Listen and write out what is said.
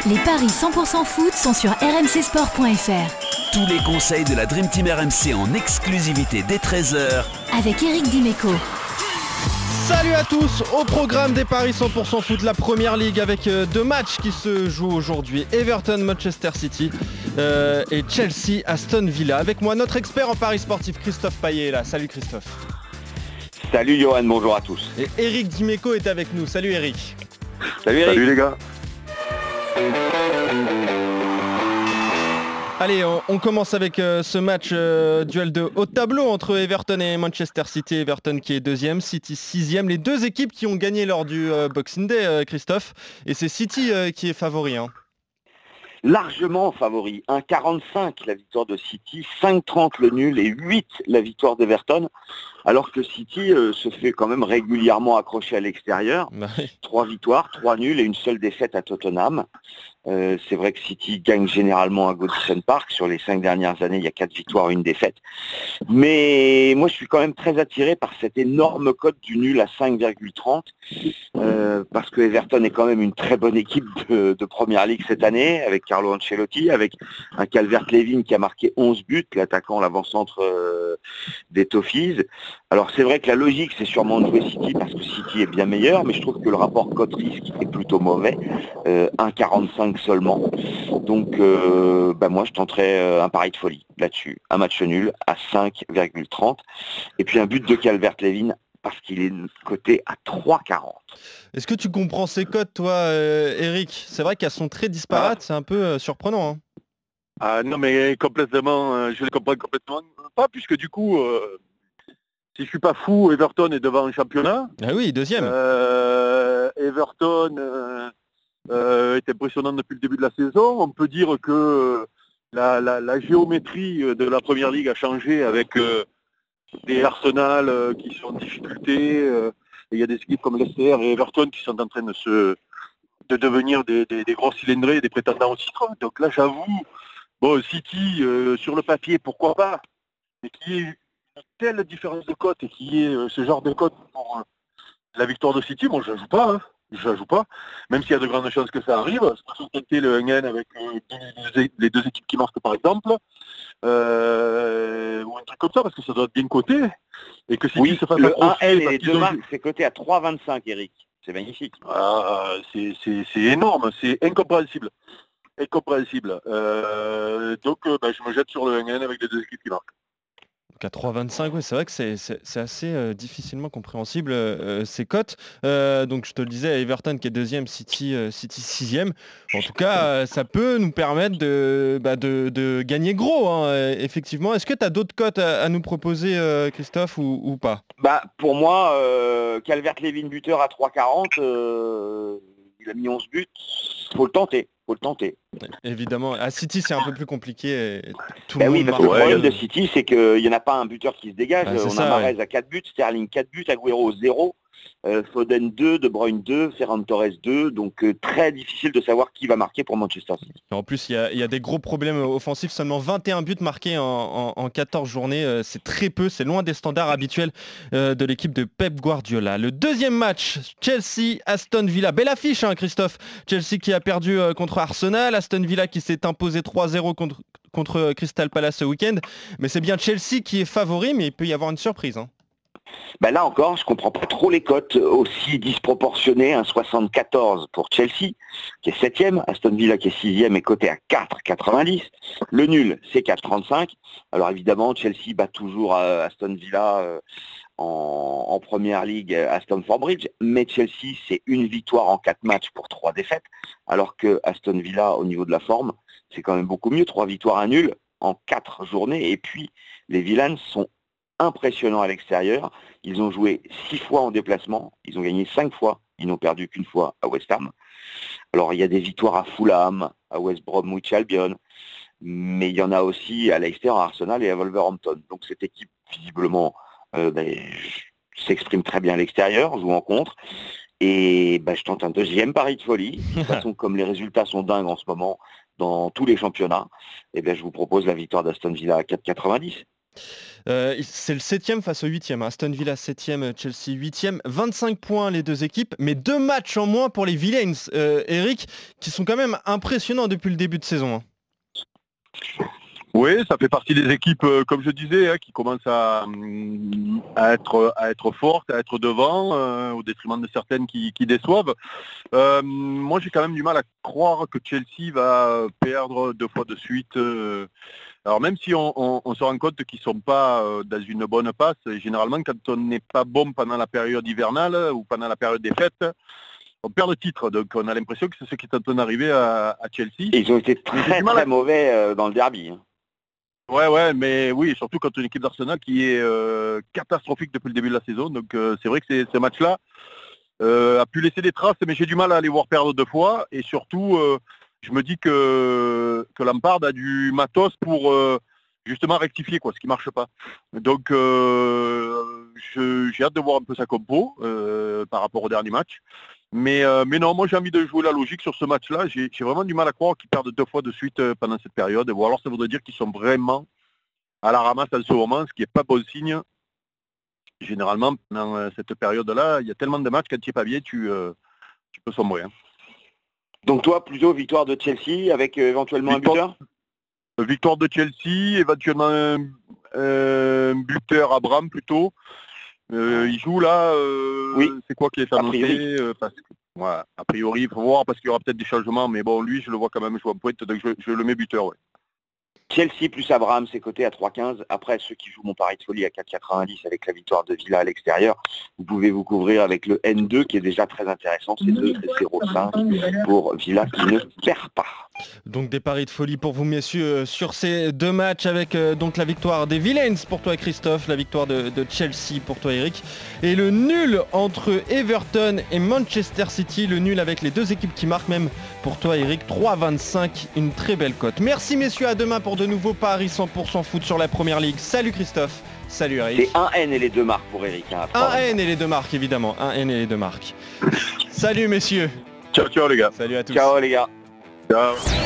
Les paris 100% foot sont sur rmcsport.fr. Tous les conseils de la Dream Team RMC en exclusivité dès 13h Avec Eric Dimeco. Salut à tous, au programme des paris 100% foot, la première ligue avec deux matchs qui se jouent aujourd'hui. Everton, Manchester City et Chelsea, Aston Villa. Avec moi, notre expert en paris sportif, Christophe Payet est là. Salut Christophe. Salut Johan, bonjour à tous. Et Eric Dimeco est avec nous. Salut Eric. Salut Eric. Salut les gars. Allez, on commence avec ce match duel de haut de tableau entre Everton et Manchester City. Everton qui est deuxième, City sixième. Les deux équipes qui ont gagné lors du Boxing Day, Christophe. Et c'est City qui est favori. Largement favori. 1,45 la victoire de City, 5,30 le nul et 8 la victoire d'Everton. Alors que City se fait quand même régulièrement accrocher à l'extérieur. 3 victoires, 3 nuls et une seule défaite à Tottenham. C'est vrai que City gagne généralement à Goodison Park. Sur les 5 dernières années, il y a 4 victoires et une défaite. Mais moi, je suis quand même très attiré par cette énorme cote du nul à 5,30. Parce que Everton est quand même une très bonne équipe de Première Ligue cette année, avec Carlo Ancelotti, avec un Calvert-Lewin qui a marqué 11 buts, l'attaquant, l'avant-centre des Toffees. Alors c'est vrai que la logique, c'est sûrement de jouer City, parce que City est bien meilleur, mais je trouve que le rapport cote-risque est plutôt mauvais. 1,45 seulement. Donc moi je tenterais un pari de folie là-dessus. Un match nul à 5,30. Et puis un but de Calvert-Lewin, parce qu'il est coté à 3,40. Est-ce que tu comprends ces cotes, toi, Eric ? C'est vrai qu'elles sont très disparates, c'est un peu surprenant. Ah non mais complètement, je les comprends complètement pas, puisque du coup, si je suis pas fou, Everton est devant le championnat. Ah oui, deuxième. Everton est impressionnant depuis le début de la saison. On peut dire que la géométrie de la Première Ligue a changé avec des Arsenal qui sont en difficulté. Il y a des équipes comme Leicester et Everton qui sont en train de devenir des gros cylindrés, des prétendants au titre. Donc là, j'avoue, City, sur le papier, pourquoi pas, mais qu'il y ait une telle différence de cote et qu'il y ait ce genre de cote pour la victoire de City, moi je ne joue pas, même s'il y a de grandes chances que ça arrive. C'est pour tenter le 1N avec les deux équipes qui marquent par exemple, ou un truc comme ça, parce que ça doit être bien coté, et que City se fasse le accrocher. 1N et les deux marques, c'est coté à 3,25 Eric. C'est magnifique. C'est énorme, c'est incompréhensible. Donc je me jette sur le 1N avec les deux équipes qui marquent. Donc à 3,25, oui, c'est vrai que c'est assez difficilement compréhensible ces cotes. Donc je te le disais, Everton qui est deuxième, City sixième. En tout cas, ça peut nous permettre de gagner gros, effectivement. Est-ce que tu as d'autres cotes à nous proposer, Christophe, ou pas ? Pour moi, Calvert-Lewin buteur à 3,40, il a mis 11 buts, faut le tenter. Évidemment, à City c'est un peu plus compliqué. Le problème de City, c'est qu'il n'y en a pas un buteur qui se dégage. On a Mahrez à 4 buts, Sterling 4 buts, Agüero 0, Foden 2, De Bruyne 2, Ferran Torres 2. Donc très difficile de savoir qui va marquer pour Manchester City. En plus, il y a des gros problèmes offensifs. Seulement 21 buts marqués en 14 journées. C'est très peu, c'est loin des standards habituels de l'équipe de Pep Guardiola. Le deuxième match, Chelsea-Aston Villa. Belle affiche, Christophe. Chelsea qui a perdu contre Arsenal, Aston Villa qui s'est imposé 3-0 contre Crystal Palace ce week-end. Mais c'est bien Chelsea qui est favori, mais il peut y avoir une surprise. Là encore, je comprends pas trop les cotes aussi disproportionnées. 1,74 pour Chelsea, qui est 7e. Aston Villa, qui est 6e, est coté à 4,90. Le nul, c'est 4,35. Alors évidemment, Chelsea bat toujours Aston Villa en Première Ligue à Stamford Bridge. Mais Chelsea, c'est une victoire en 4 matchs pour 3 défaites. Alors que Aston Villa, au niveau de la forme, c'est quand même beaucoup mieux. 3 victoires, 1 nul en 4 journées. Et puis, les Villans sont impressionnant à l'extérieur. Ils ont joué 6 fois en déplacement, ils ont gagné 5 fois, ils n'ont perdu qu'une fois à West Ham. Alors il y a des victoires à Fulham, à West Bromwich Albion, mais il y en a aussi à Leicester, à Arsenal et à Wolverhampton. Donc cette équipe visiblement s'exprime très bien à l'extérieur, joue en contre. Et je tente un deuxième pari de folie. De toute façon, comme les résultats sont dingues en ce moment dans tous les championnats, je vous propose la victoire d'Aston Villa à 4,90. C'est le 7e face au 8e. Aston Villa 7e, Chelsea 8e. 25 points les deux équipes, mais 2 matchs en moins pour les Villains, Eric, qui sont quand même impressionnants depuis le début de saison. Oui, ça fait partie des équipes, comme je disais, qui commencent à être fortes, à être devant, au détriment de certaines qui déçoivent. Moi, j'ai quand même du mal à croire que Chelsea va perdre 2 fois de suite. Alors même si on se rend compte qu'ils ne sont pas dans une bonne passe, généralement quand on n'est pas bon pendant la période hivernale ou pendant la période des fêtes, on perd le titre. Donc on a l'impression que c'est ce qui est en train d'arriver à Chelsea. Et ils ont été très mauvais dans le derby. Ouais, mais oui, surtout quand une équipe d'Arsenal qui est catastrophique depuis le début de la saison. Donc c'est vrai que ce match-là a pu laisser des traces, mais j'ai du mal à les voir perdre 2 fois. Et surtout, je me dis que Lampard a du matos pour justement rectifier ce qui ne marche pas. Donc j'ai hâte de voir un peu sa compo par rapport au dernier match. Mais non, moi j'ai envie de jouer la logique sur ce match-là. J'ai vraiment du mal à croire qu'ils perdent 2 fois de suite pendant cette période. Ou alors ça voudrait dire qu'ils sont vraiment à la ramasse en ce moment, ce qui n'est pas bon signe. Généralement, pendant cette période-là, il y a tellement de matchs, quand tu n'es pas bien, tu peux sombrer. Donc toi, plutôt victoire de Chelsea avec éventuellement un buteur ? Victoire de Chelsea, éventuellement un buteur à Abraham plutôt. Il joue là, oui. C'est quoi qui est annoncé a priori, il faut voir parce qu'il y aura peut-être des changements, mais bon, lui, je le vois quand même jouer en pointe, donc je le mets buteur, ouais. Chelsea plus Abraham, c'est coté à 3,15. Après, ceux qui jouent mon pari de folie à 4,90 avec la victoire de Villa à l'extérieur, vous pouvez vous couvrir avec le N2 qui est déjà très intéressant. C'est 2,05 pour Villa qui ne perd pas. Donc des paris de folie pour vous, messieurs, sur ces 2 matchs avec donc la victoire des Villains pour toi, Christophe, la victoire de Chelsea pour toi, Eric, et le nul entre Everton et Manchester City, le nul avec les 2 équipes qui marquent même pour toi, Eric, 3,25, une très belle cote. Merci, messieurs, à demain pour de nouveaux paris 100% foot sur la Première Ligue. Salut Christophe, salut Eric. C'est un N et les 2 marques pour Eric. Un N et les 2 marques, évidemment, un N et les 2 marques. Salut messieurs. Ciao les gars. Salut à tous. Ciao les gars. Ciao.